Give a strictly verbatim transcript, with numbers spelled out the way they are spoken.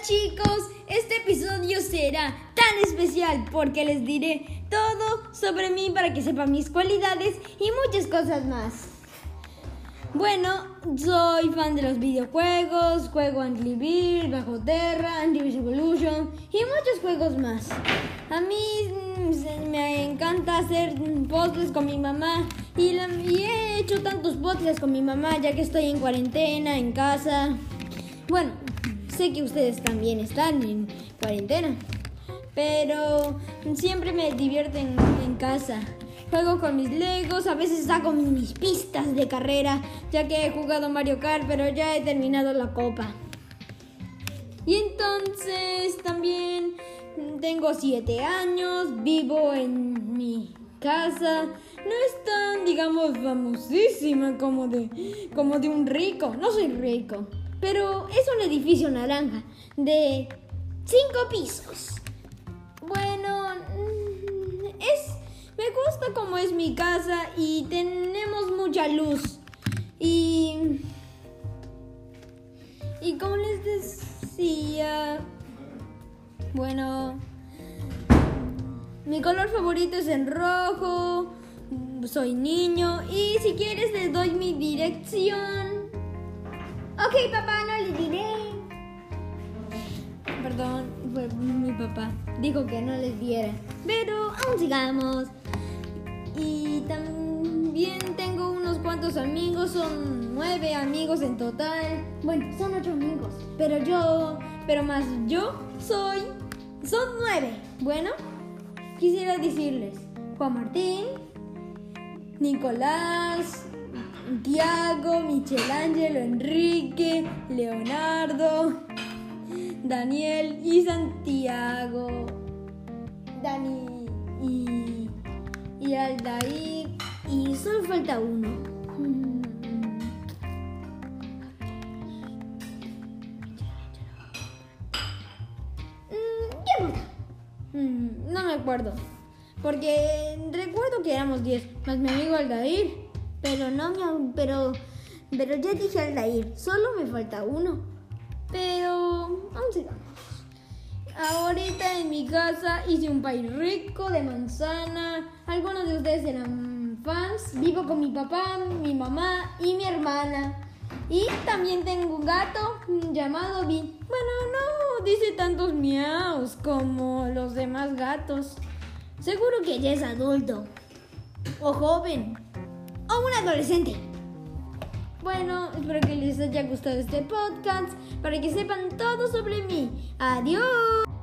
chicos, este episodio será tan especial porque les diré todo sobre mí para que sepan mis cualidades y muchas cosas más. Bueno, soy fan de los videojuegos, juego Angry Birds, Bajo Terra, Angry Birds Evolution y muchos juegos más. A mí me encanta hacer podcasts con mi mamá y, la, y he hecho tantos podcasts con mi mamá ya que estoy en cuarentena, en casa. Bueno, sé que ustedes también están en cuarentena, pero siempre me divierten en casa. Juego con mis Legos, a veces saco mis pistas de carrera, ya que he jugado Mario Kart, pero ya he terminado la copa. Y entonces también tengo siete años, vivo en mi casa. No es tan, digamos, famosísima como de, como de un rico. No soy rico, pero es un edificio naranja de cinco pisos. Bueno, es... me gusta cómo es mi casa y tenemos mucha luz. Y... Y como les decía... Bueno... mi color favorito es el rojo. Soy niño. Y si quieres les doy mi dirección. Ok, papá, no le diré. Perdón, fue mi papá. Dijo que no les diera. Pero aún sigamos. Y también tengo unos cuantos amigos. Son nueve amigos en total. Bueno, son ocho amigos. Pero yo, pero más yo soy... son nueve. Bueno, quisiera decirles Juan Martín, Nicolás, Tiago, Michelangelo, Enrique, Leonardo, Daniel y Santiago, Dani y, y Aldair, y solo falta uno. Mm. ¿Quién más? Mm, no me acuerdo, porque recuerdo que éramos diez, más mi amigo Aldair, pero no me, pero, pero ya dije Aldair, solo me falta uno. Pero vamos sigamos. Ahorita en mi casa hice un pay rico de manzana. Algunos de ustedes eran fans. Vivo con mi papá, mi mamá y mi hermana. Y también tengo un gato llamado Vin. Bueno, no dice tantos miaus como los demás gatos. Seguro que ya es adulto, o joven, o un adolescente. Bueno, espero que les haya gustado este podcast para que sepan todo sobre mí. ¡Adiós!